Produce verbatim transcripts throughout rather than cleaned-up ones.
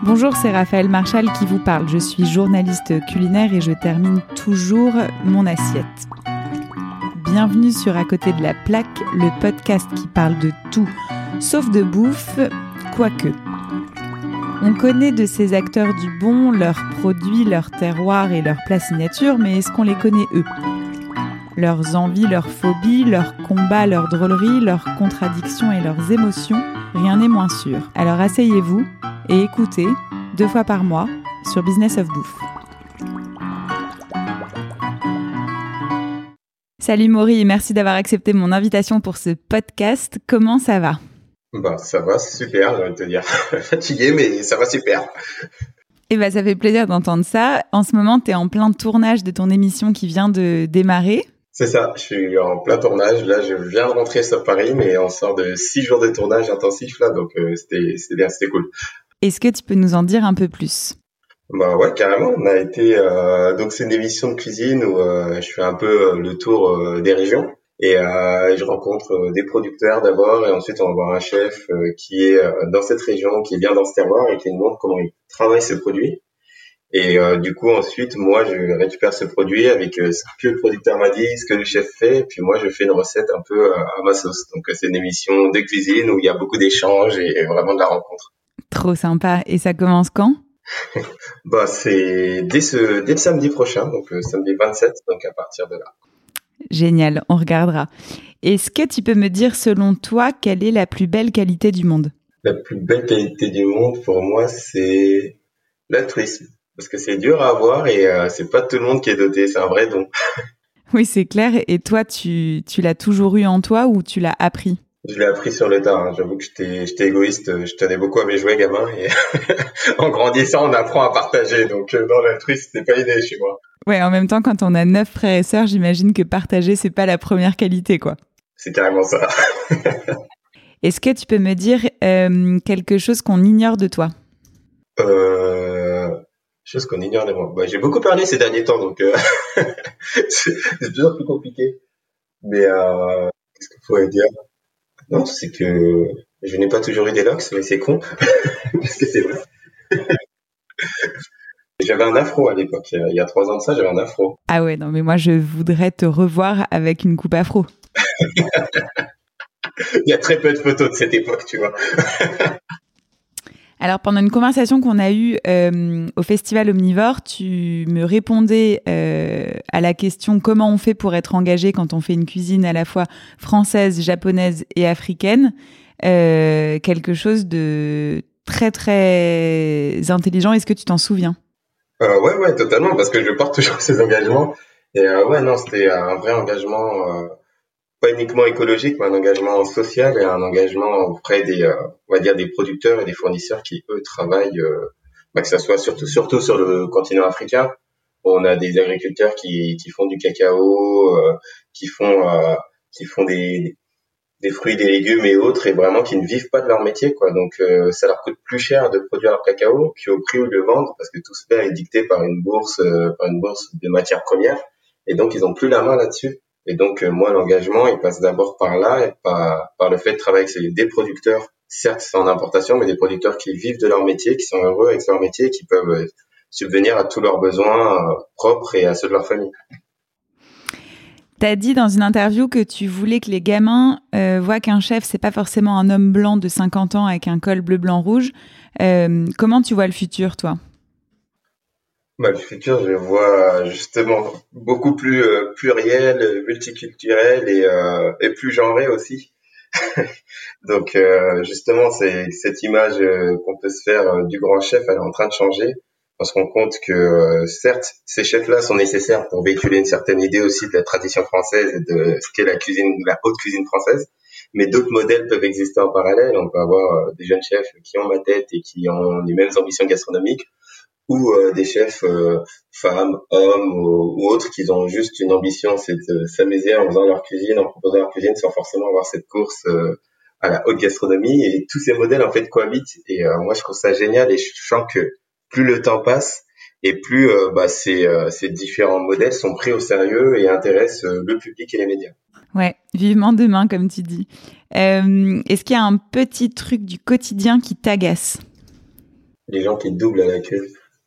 Bonjour, c'est Raphaël Marchal qui vous parle. Je suis journaliste culinaire et je termine toujours mon assiette. Bienvenue sur À côté de la plaque, le podcast qui parle de tout, sauf de bouffe, quoique. On connaît de ces acteurs du bon leurs produits, leurs terroirs et leurs plats signature, mais est-ce qu'on les connaît eux ? Leurs envies, leurs phobies, leurs combats, leurs drôleries, leurs contradictions et leurs émotions, rien n'est moins sûr. Alors asseyez-vous et écoutez, deux fois par mois, sur Business of Bouffe. Salut Maury, merci d'avoir accepté mon invitation pour ce podcast. Comment ça va ? Bah, ça va super, j'ai envie de te dire. Fatigué, mais ça va super. Eh ben, ça fait plaisir d'entendre ça. En ce moment, tu es en plein tournage de ton émission qui vient de démarrer. C'est ça, je suis en plein tournage. Là, je viens de rentrer sur Paris, mais on sort de six jours de tournage intensif, là, donc euh, c'était, c'était bien, c'était cool. Est-ce que tu peux nous en dire un peu plus ? Bah ouais, carrément. On a été euh, donc c'est une émission de cuisine où euh, je fais un peu euh, le tour euh, des régions et euh, je rencontre euh, des producteurs d'abord et ensuite on va voir un chef euh, qui est euh, dans cette région, qui est bien dans ce terroir et qui nous montre comment il travaille ce produit. Et euh, du coup ensuite moi je récupère ce produit avec euh, ce que le producteur m'a dit, ce que le chef fait, et puis moi je fais une recette un peu euh, à ma sauce. Donc euh, c'est une émission de cuisine où il y a beaucoup d'échanges et, et vraiment de la rencontre. Trop sympa. Et ça commence quand ? Bah c'est dès ce dès le samedi prochain, donc le samedi vingt-sept, donc à partir de là. Génial, on regardera. Est-ce que tu peux me dire selon toi quelle est la plus belle qualité du monde ? La plus belle qualité du monde pour moi c'est l'altruisme, parce que c'est dur à avoir et euh, c'est pas tout le monde qui est doté, c'est un vrai don. Oui, c'est clair. Et toi, tu, tu l'as toujours eu en toi ou tu l'as appris ? Je l'ai appris sur le tard, hein. J'avoue que j'étais, j'étais égoïste, je tenais beaucoup à mes jouets gamin et en grandissant on apprend à partager, donc euh, non, l'altruisme c'était pas idée chez moi. Ouais, en même temps, quand on a neuf frères et sœurs, j'imagine que partager, c'est pas la première qualité, quoi. C'est carrément ça. Est-ce que tu peux me dire euh, quelque chose qu'on ignore de toi ? Euh, chose qu'on ignore de moi. Bah, j'ai beaucoup parlé ces derniers temps, donc euh, c'est, c'est toujours plus compliqué. Mais euh, qu'est-ce qu'il pourrait dire ? Non, c'est que je n'ai pas toujours eu des locks, mais c'est con, parce que c'est vrai. J'avais un afro à l'époque, il y a trois ans de ça, j'avais un afro. Ah ouais, non, mais moi, je voudrais te revoir avec une coupe afro. Il y a très peu de photos de cette époque, tu vois. Alors, pendant une conversation qu'on a eue euh, au Festival Omnivore, tu me répondais euh, à la question « Comment on fait pour être engagé quand on fait une cuisine à la fois française, japonaise et africaine ?» euh, Quelque chose de très, très intelligent. Est-ce que tu t'en souviens ? Euh, ouais, ouais, totalement, parce que je porte toujours ces engagements. Et euh, ouais, non, c'était un vrai engagement, euh, pas uniquement écologique, mais un engagement social et un engagement auprès des, euh, on va dire, des producteurs et des fournisseurs qui, eux, travaillent, euh, bah, que ça soit surtout, surtout sur le continent africain. On a des agriculteurs qui, qui font du cacao, euh, qui font, euh, qui font des, des fruits, des légumes et autres, et vraiment qui ne vivent pas de leur métier, quoi. Donc euh, ça leur coûte plus cher de produire leur cacao qu'au prix où ils le vendent, parce que tout cela est dicté par une bourse, euh, par une bourse de matières premières, et donc ils ont plus la main là-dessus. Et donc euh, moi l'engagement il passe d'abord par là, et par par le fait de travailler avec des producteurs, certes c'est en importation, mais des producteurs qui vivent de leur métier, qui sont heureux avec leur métier, et qui peuvent euh, subvenir à tous leurs besoins euh, propres et à ceux de leur famille. T'as dit dans une interview que tu voulais que les gamins euh, voient qu'un chef, c'est pas forcément un homme blanc de cinquante ans avec un col bleu, blanc, rouge. Euh, comment tu vois le futur, toi ? Bah, le futur, je le vois justement beaucoup plus euh, pluriel, multiculturel et, euh, et plus genré aussi. Donc euh, justement, c'est cette image euh, qu'on peut se faire euh, du grand chef, elle est en train de changer. On se rend compte que euh, certes, ces chefs-là sont nécessaires pour véhiculer une certaine idée aussi de la tradition française et de ce qu'est la cuisine, la haute cuisine française. Mais d'autres modèles peuvent exister en parallèle. On peut avoir euh, des jeunes chefs qui ont ma tête et qui ont les mêmes ambitions gastronomiques, ou euh, des chefs euh, femmes, hommes ou, ou autres qui ont juste une ambition, c'est de s'amuser en faisant leur cuisine, en proposant leur cuisine sans forcément avoir cette course euh, à la haute gastronomie. Et tous ces modèles en fait cohabitent. Et euh, moi je trouve ça génial et je sens que plus le temps passe et plus euh, bah, ces, euh, ces différents modèles sont pris au sérieux et intéressent euh, le public et les médias. Ouais, vivement demain comme tu dis. Euh, est-ce qu'il y a un petit truc du quotidien qui t'agace ? Les gens qui doublent à la queue.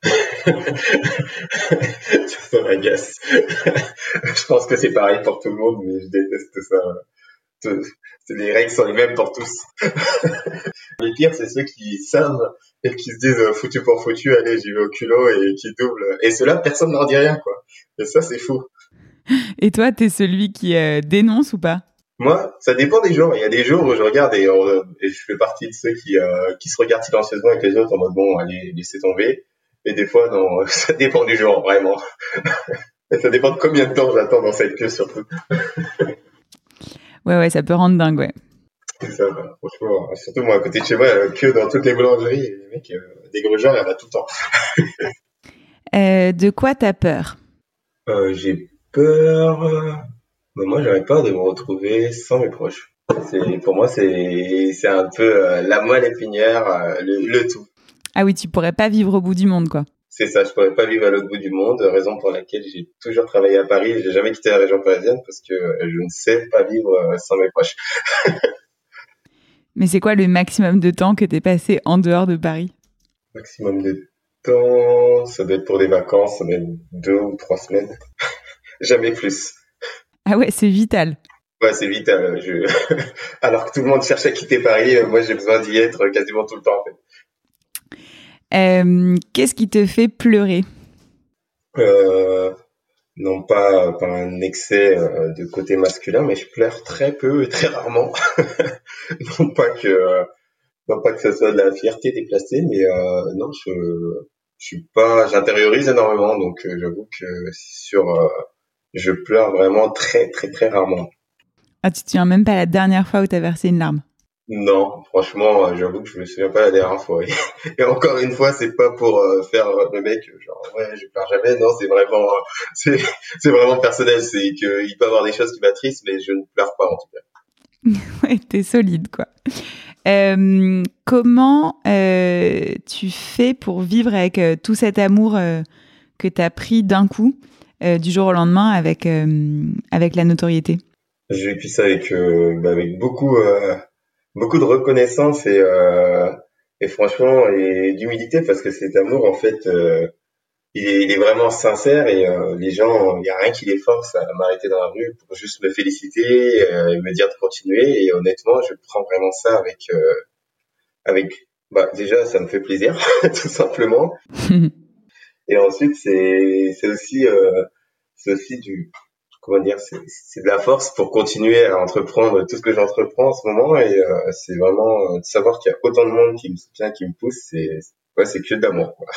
Ça m'agace. Je pense que c'est pareil pour tout le monde, mais je déteste ça. Tout- Les règles sont les mêmes pour tous. Les pires, c'est ceux qui savent et qui se disent euh, foutu pour foutu, allez, j'y vais au culot et qui doublent. Et ceux-là, personne leur dit rien, quoi. Et ça, c'est fou. Et toi, t'es celui qui euh, dénonce ou pas? Moi, ça dépend des jours. Il y a des jours où je regarde et, on- et je fais partie de ceux qui, euh, qui se regardent silencieusement avec les autres en mode bon, allez, laissez tomber. Et des fois, non, ça dépend du jour, vraiment. Et ça dépend de combien de temps j'attends dans cette queue, surtout. Ouais, ouais, ça peut rendre dingue, ouais. C'est ça, bah, franchement. Surtout moi, à côté de chez moi, il y a queue dans toutes les boulangeries. Et les mecs, euh, des gros genres, il y en a tout le temps. Euh, de quoi t'as peur? Euh, j'ai peur. euh, bah, moi, j'aurais peur de me retrouver sans mes proches. C'est, pour moi, c'est, c'est un peu euh, la moelle épinière, euh, le, le tout. Ah oui, tu pourrais pas vivre au bout du monde, quoi. C'est ça, je pourrais pas vivre à l'autre bout du monde, raison pour laquelle j'ai toujours travaillé à Paris et j'ai jamais quitté la région parisienne parce que je ne sais pas vivre euh, sans mes proches. Mais c'est quoi le maximum de temps que t'es passé en dehors de Paris? Maximum de temps, ça doit être pour des vacances, ça doit être deux ou trois semaines. Jamais plus. Ah ouais, c'est vital. Ouais, c'est vital. Je... Alors que tout le monde cherche à quitter Paris, euh, moi j'ai besoin d'y être quasiment tout le temps en fait. Euh, qu'est-ce qui te fait pleurer? Euh, non pas par un excès euh, de côté masculin, mais je pleure très peu et très rarement. non pas que euh, non pas que ce soit de la fierté déplacée, mais euh, non, je je suis pas, j'intériorise énormément, donc euh, j'avoue que sur euh, je pleure vraiment très très très rarement. Ah, tu te souviens même pas la dernière fois où t'as versé une larme? Non, franchement, euh, j'avoue que je me souviens pas la dernière fois. Et encore une fois, c'est pas pour euh, faire le mec, genre ouais, je pleure jamais. Non, c'est vraiment, euh, c'est c'est vraiment personnel. C'est que il peut y avoir des choses qui m'attristent, mais je ne pleure pas en tout cas. Ouais, t'es solide, quoi. Euh, comment euh, tu fais pour vivre avec euh, tout cet amour euh, que t'as pris d'un coup, euh, du jour au lendemain, avec, euh, avec la notoriété? J'ai vécu ça avec euh, bah, avec beaucoup euh, beaucoup de reconnaissance et euh, et franchement et d'humilité parce que cet amour en fait. Euh, Il est, il est vraiment sincère et euh, les gens, il y a rien qui les force à m'arrêter dans la rue pour juste me féliciter euh, et me dire de continuer. Et honnêtement, je prends vraiment ça avec, euh, avec, bah déjà, ça me fait plaisir, tout simplement. Et ensuite, c'est, c'est aussi, euh, c'est aussi du, comment dire, c'est, c'est de la force pour continuer à entreprendre tout ce que j'entreprends en ce moment. Et euh, c'est vraiment euh, de savoir qu'il y a autant de monde qui me soutient, qui me pousse, c'est, ouais, c'est que de l'amour, quoi.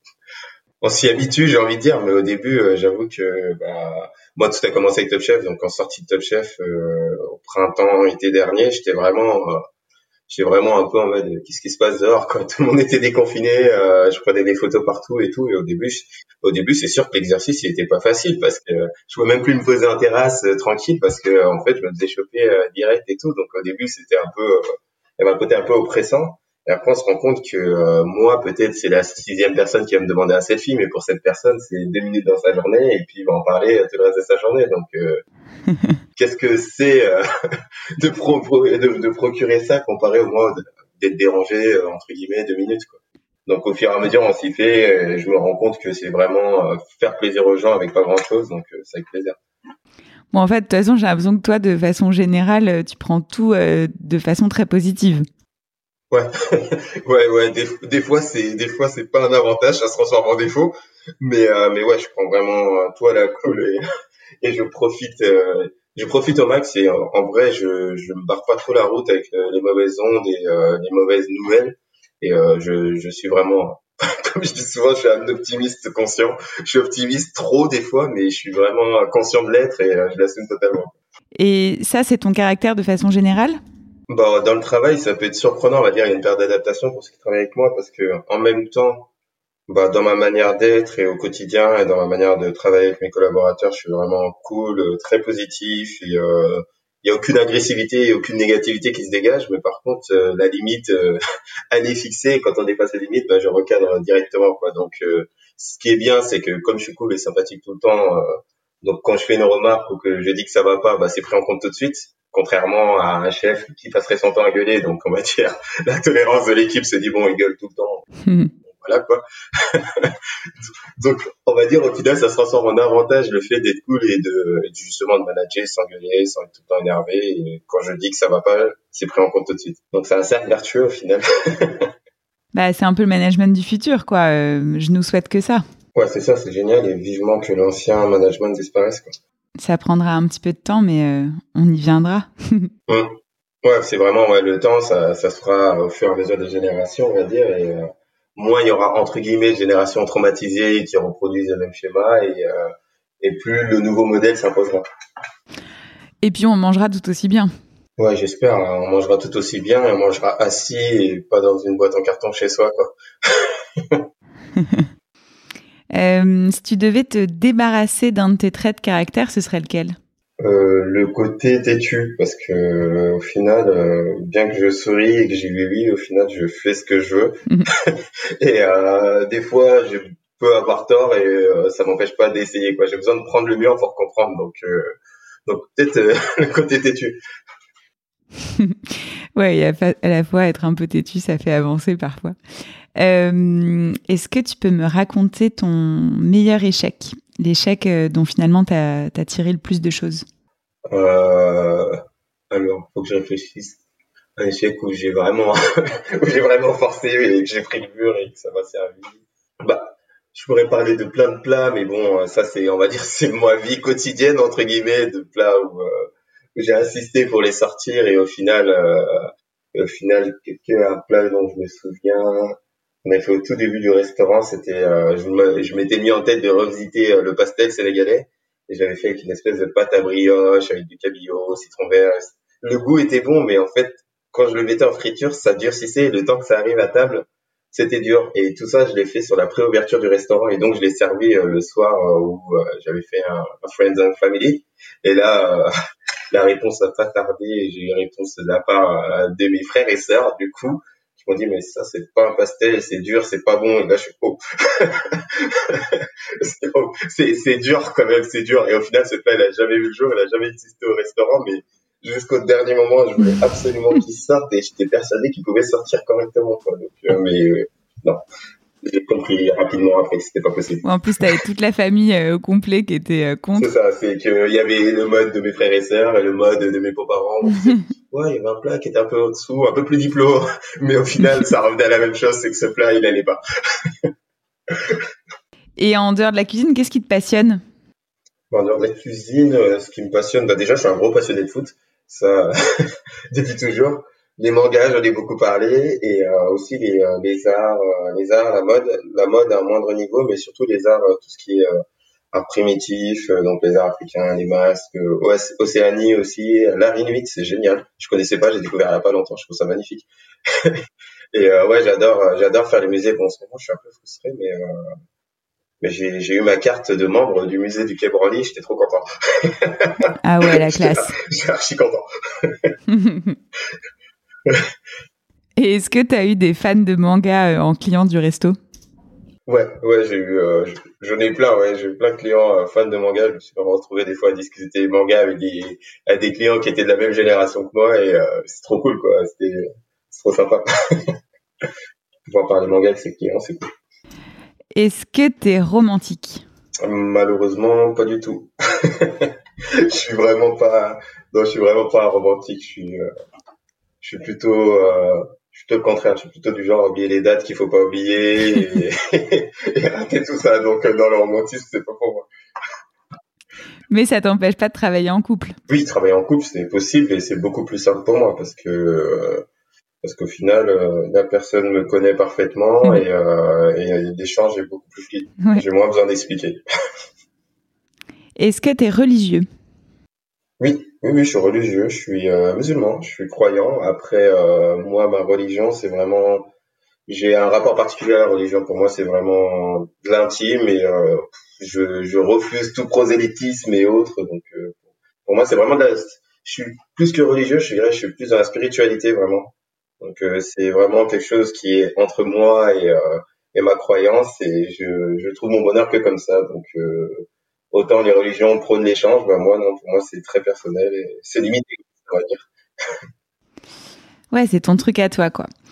On s'y habitue, j'ai envie de dire, mais au début, euh, j'avoue que bah, moi, tout a commencé avec Top Chef, donc en sortie de Top Chef euh, au printemps, été dernier, j'étais vraiment, euh, j'étais vraiment un peu en mode, qu'est-ce qui se passe dehors, quoi. Tout le monde était déconfiné, euh, je prenais des photos partout et tout, et au début, je- au début, c'est sûr que l'exercice, il était pas facile parce que je pouvais même plus me poser en terrasse euh, tranquille parce que en fait, je me faisais choper euh, direct et tout, donc au début, c'était un peu, euh, il y avait un côté un peu oppressant. Et après, on se rend compte que euh, moi, peut-être, c'est la sixième personne qui va me demander un selfie, mais pour cette personne, c'est deux minutes dans sa journée et puis il va en parler euh, tout le reste de sa journée. Donc, euh, qu'est-ce que c'est euh, de, pro- de, de procurer ça comparé au moins d'être dérangé euh, entre guillemets deux minutes, quoi. Donc, au fur et à mesure, on s'y fait. Et je me rends compte que c'est vraiment euh, faire plaisir aux gens avec pas grand-chose, donc euh, c'est avec plaisir. Bon, en fait, de toute façon, j'ai l'impression que toi, de façon générale, euh, tu prends tout euh, de façon très positive. Ouais, ouais, ouais. Des, des fois, c'est des fois c'est pas un avantage, ça se transforme en défaut. Mais euh, mais ouais, je prends vraiment euh, tout à la cool et, et je profite euh, je profite au max. Et euh, en vrai, je je me barre pas trop la route avec euh, les mauvaises ondes et euh, les mauvaises nouvelles. Et euh, je je suis vraiment, comme je dis souvent, je suis un optimiste conscient. Je suis optimiste trop des fois, mais je suis vraiment conscient de l'être et euh, je l'assume totalement. Et ça, c'est ton caractère de façon générale? Bah, dans le travail, ça peut être surprenant, on va dire, il y a une période d'adaptation pour ceux qui travaillent avec moi parce que en même temps, bah, dans ma manière d'être et au quotidien et dans ma manière de travailler avec mes collaborateurs, je suis vraiment cool, euh, très positif et euh, il y a aucune agressivité et aucune négativité qui se dégage, mais par contre, euh, la limite, euh, elle est fixée et quand on dépasse la limite, bah, je recadre directement, quoi. Donc, euh, ce qui est bien, c'est que comme je suis cool et sympathique tout le temps, euh, donc quand je fais une remarque ou que je dis que ça va pas, bah, c'est pris en compte tout de suite. Contrairement à un chef qui passerait son temps à gueuler, donc on va dire la tolérance de l'équipe se dit bon, il gueule tout le temps. voilà quoi. Donc, on va dire au final, ça se transforme en avantage le fait d'être cool et de justement de manager sans gueuler, sans être tout le temps énervé. Et quand je dis que ça va pas, c'est pris en compte tout de suite. Donc, c'est un cercle vertueux au final. Bah, c'est un peu le management du futur, quoi. Euh, je nous souhaite que ça. Ouais, c'est ça, c'est génial et vivement que l'ancien management disparaisse, quoi. Ça prendra un petit peu de temps, mais euh, on y viendra. Mmh. Ouais, c'est vraiment ouais, le temps, ça, ça se fera au fur et à mesure des générations, on va dire, et euh, moins il y aura entre guillemets de générations traumatisées qui reproduisent le même schéma, et, euh, et plus le nouveau modèle s'imposera. Et puis on mangera tout aussi bien. Ouais, j'espère. Hein, on mangera tout aussi bien et on mangera assis et pas dans une boîte en carton chez soi, quoi. euh, si tu devais te débarrasser d'un de tes traits de caractère, ce serait lequel ? Euh, le côté têtu, parce que euh, au final, euh, bien que je souris et que j'y vais oui, au final, je fais ce que je veux. Et euh, des fois, je peux avoir tort et euh, ça m'empêche pas d'essayer, quoi. J'ai besoin de prendre le mur pour comprendre, donc euh, donc peut-être euh, le côté têtu. Ouais, il y a à la fois être un peu têtu, ça fait avancer parfois. Euh, est-ce que tu peux me raconter ton meilleur échec ? L'échec dont finalement tu as tiré le plus de choses ? Euh, alors, faut que je réfléchisse. Un échec où j'ai vraiment où j'ai vraiment forcé et que j'ai pris le mur et que ça m'a servi. Bah, je pourrais parler de plein de plats, mais bon, ça c'est, on va dire, c'est ma vie quotidienne entre guillemets, de plats où, euh, où j'ai insisté pour les sortir et au final, euh, au final, un plat dont je me souviens, on a fait au tout début du restaurant, c'était, euh, je, me, je m'étais mis en tête de revisiter euh, le pastel sénégalais et j'avais fait avec une espèce de pâte à brioche avec du cabillaud, citron vert. Le goût était bon, mais en fait, quand je le mettais en friture, ça durcissait et le temps que ça arrive à table, c'était dur. Et tout ça, je l'ai fait sur la pré-ouverture du restaurant et donc je l'ai servi euh, le soir euh, où euh, j'avais fait un, un Friends and Family. Et là, euh, la réponse n'a pas tardé et j'ai eu une réponse de la part euh, de mes frères et sœurs, du coup, qui m'ont dit mais ça c'est pas un pastel, c'est dur, c'est pas bon. Et là je suis oh, c'est, oh c'est, c'est dur quand même, c'est dur. Et au final ce plat il a jamais vu le jour, il a jamais existé au restaurant, mais jusqu'au dernier moment je voulais absolument qu'il sorte et j'étais persuadé qu'il pouvait sortir correctement, quoi. Donc euh, mais euh, non. J'ai compris rapidement après que c'était pas possible. En plus, t'avais toute la famille euh, au complet qui était euh, contre. C'est ça, c'est qu'il y avait le mode de mes frères et sœurs et le mode de mes beaux-parents. Ouais, il y avait un plat qui était un peu au-dessous, un peu plus diplôme, mais au final, ça revenait à la même chose, c'est que ce plat, il allait pas. Et en dehors de la cuisine, qu'est-ce qui te passionne ? En dehors de la cuisine, ce qui me passionne, bah déjà, je suis un gros passionné de foot, ça, depuis toujours. Les mangas, j'en ai beaucoup parlé, et euh, aussi les, euh, les arts, euh, les arts, la mode, la mode à un moindre niveau, mais surtout les arts, euh, tout ce qui est euh, art primitif, euh, donc les arts africains, les masques, euh, Océanie aussi, l'art inuit, c'est génial. Je connaissais pas, j'ai découvert il y a pas longtemps, je trouve ça magnifique. Et euh, ouais, j'adore, j'adore faire les musées. Bon, en ce moment, je suis un peu frustré, mais euh, mais j'ai, j'ai eu ma carte de membre du musée du Quai Branly, j'étais trop content. Ah ouais, la classe. J'étais archi content. Et est-ce que tu as eu des fans de manga en client du resto ? Ouais, ouais, j'ai eu, euh, j'en ai eu plein, ouais, j'ai eu plein de clients euh, fans de manga. Je me suis vraiment retrouvé des fois à discuter manga avec des, avec des clients qui étaient de la même génération que moi et euh, c'est trop cool, quoi. C'était, c'est trop sympa. Pouvoir parler manga avec ses clients, c'est cool. Est-ce que t'es romantique ? Malheureusement, pas du tout. Je suis vraiment pas, non, je suis vraiment pas romantique. Je suis, euh, je suis plutôt, euh, je suis plutôt le contraire. Je suis plutôt du genre à oublier les dates qu'il faut pas oublier et, et rater tout ça. Donc, dans le romantisme, c'est pas pour moi. Mais ça t'empêche pas de travailler en couple ? Oui, travailler en couple, c'est possible et c'est beaucoup plus simple pour moi parce que, euh, parce qu'au final, euh, la personne me connaît parfaitement mmh. et, euh, et l'échange est beaucoup plus fluide. Ouais. J'ai moins besoin d'expliquer. Est-ce que tu es religieux ? Oui, oui, oui, je suis religieux, je suis euh, musulman, je suis croyant. Après, euh, moi, ma religion, c'est vraiment... J'ai un rapport particulier à la religion. Pour moi, c'est vraiment de l'intime et euh, je, je refuse tout prosélytisme et autres. Donc, euh, pour moi, c'est vraiment de la... Je suis plus que religieux, je dirais, je suis plus dans la spiritualité, vraiment. Donc, euh, c'est vraiment quelque chose qui est entre moi et, euh, et ma croyance et je, je trouve mon bonheur que comme ça. Donc, euh, autant les religions prônent l'échange, ben moi, non, pour moi, c'est très personnel et c'est limité, on va dire. Ouais, c'est ton truc à toi, quoi.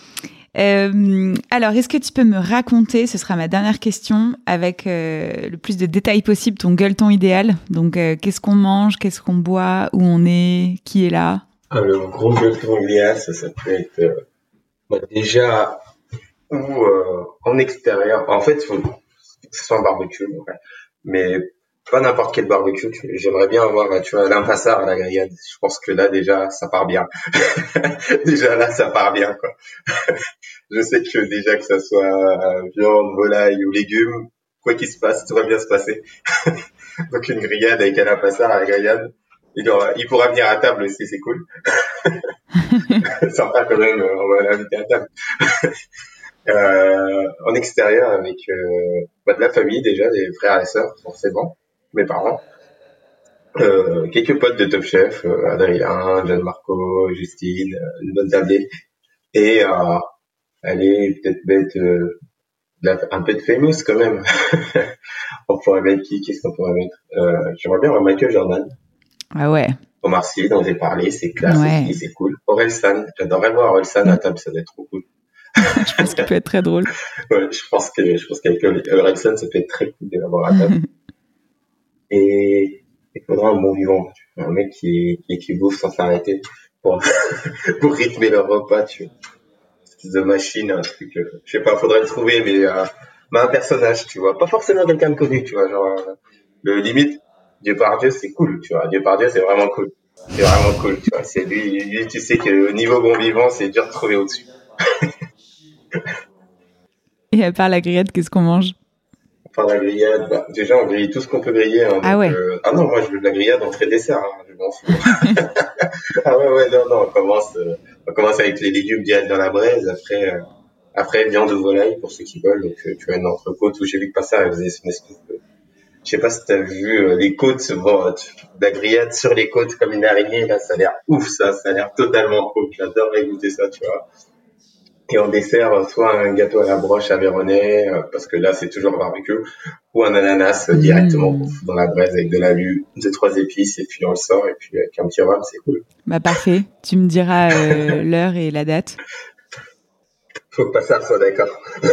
Euh, alors, est-ce que tu peux me raconter, ce sera ma dernière question, avec euh, le plus de détails possible, ton gueuleton idéal. Donc, euh, qu'est-ce qu'on mange, qu'est-ce qu'on boit, où on est, qui est là? Ah, le gros gueuleton idéal, ça, ça peut être euh, bah, déjà ou euh, en extérieur. En fait, il faut que ce soit un barbecue, ouais. Mais pas n'importe quel barbecue. Tu- J'aimerais bien avoir, tu vois, l'impassard à la grillade. Je pense que là, déjà, ça part bien. Déjà, là, ça part bien, quoi. Je sais que déjà que ça soit euh, viande, volaille ou légumes, quoi qu'il se passe, tout va bien se passer. Donc une grillade avec un impassard à la grillade, il, aura- il pourra venir à table aussi, c'est cool. Sympa quand même, euh, on va l'inviter à table. Euh, en extérieur avec euh, bah, de la famille déjà, des frères et sœurs forcément, mes parents, euh, quelques potes de Top Chef, euh, Adrien, Gianmarco, Justine, euh, une bonne tablée, et euh, allez peut-être mettre euh, de la- un peu de famous quand même. On pourrait mettre qui Qu'est-ce qu'on pourrait mettre euh, J'aimerais bien voir Michael Jordan, Ah ouais, Omar Sy dont j'ai parlé, c'est classe ouais. aussi, c'est cool. Orelsan, j'adorerais voir Orelsan à table, ça doit être trop cool. Je pense qu'il peut être très drôle. Ouais, je pense que je pense qu'avec Orelsan, ça peut être très cool de l'avoir à table. Et il faudra un bon vivant, tu vois, un mec qui, qui, qui bouffe sans s'arrêter pour, pour rythmer leur repas, tu vois. Espèce de machine, un truc, euh, je sais pas, faudrait le trouver, mais, euh, mais un personnage, tu vois. Pas forcément quelqu'un de connu, tu vois, genre, euh, le limite, Dieupardieu, c'est cool, tu vois. Dieupardieu, c'est vraiment cool. C'est vraiment cool, tu vois. C'est lui, lui, tu sais que au niveau bon vivant, c'est dur de trouver au-dessus. Et à part la grillade, qu'est-ce qu'on mange? Enfin, la grillade, bah, déjà, on grille tout ce qu'on peut griller, hein, Ah donc, ouais. euh, ah non, moi, je veux de la grillade entrée dessert, hein, je m'en fous. Ah ouais, ouais, non, non, on commence, euh, on commence avec les légumes direct dans la braise, après, euh, après, viande ou volaille, pour ceux qui veulent, donc, euh, tu as une entrecôte, où j'ai vu que passer, elle faisait une espèce de, je sais pas si t'as vu, euh, les côtes, bon, euh, tu- de la grillade sur les côtes comme une araignée, là, ça a l'air ouf, ça, ça a l'air totalement cool, j'adorerais goûter ça, tu vois. Et en dessert, euh, soit un gâteau à la broche aveyronnais, euh, parce que là, c'est toujours barbecue, ou un ananas euh, directement qu'on Mmh. fout dans la braise avec de l'alu, deux, trois épices, et puis on le sort, et puis avec un petit rhum, c'est cool. Bah parfait. Tu me diras euh, l'heure et la date. Faut que ça soit d'accord.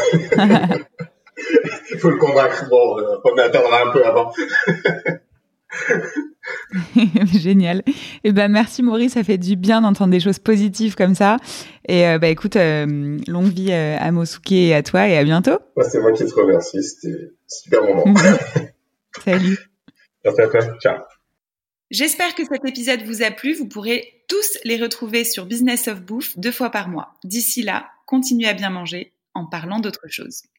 Faut le convaincre. Bon, euh, on attendra un peu avant. Génial. Et ben merci Maurice, ça fait du bien d'entendre des choses positives comme ça. Et euh, bah écoute, euh, longue vie euh, à Mosuke et à toi et à bientôt. Moi, c'est moi qui te remercie. C'était un super moment. Salut. Merci à toi. Ciao. J'espère que cet épisode vous a plu. Vous pourrez tous les retrouver sur Business of Bouffe deux fois par mois. D'ici là, continuez à bien manger en parlant d'autre chose.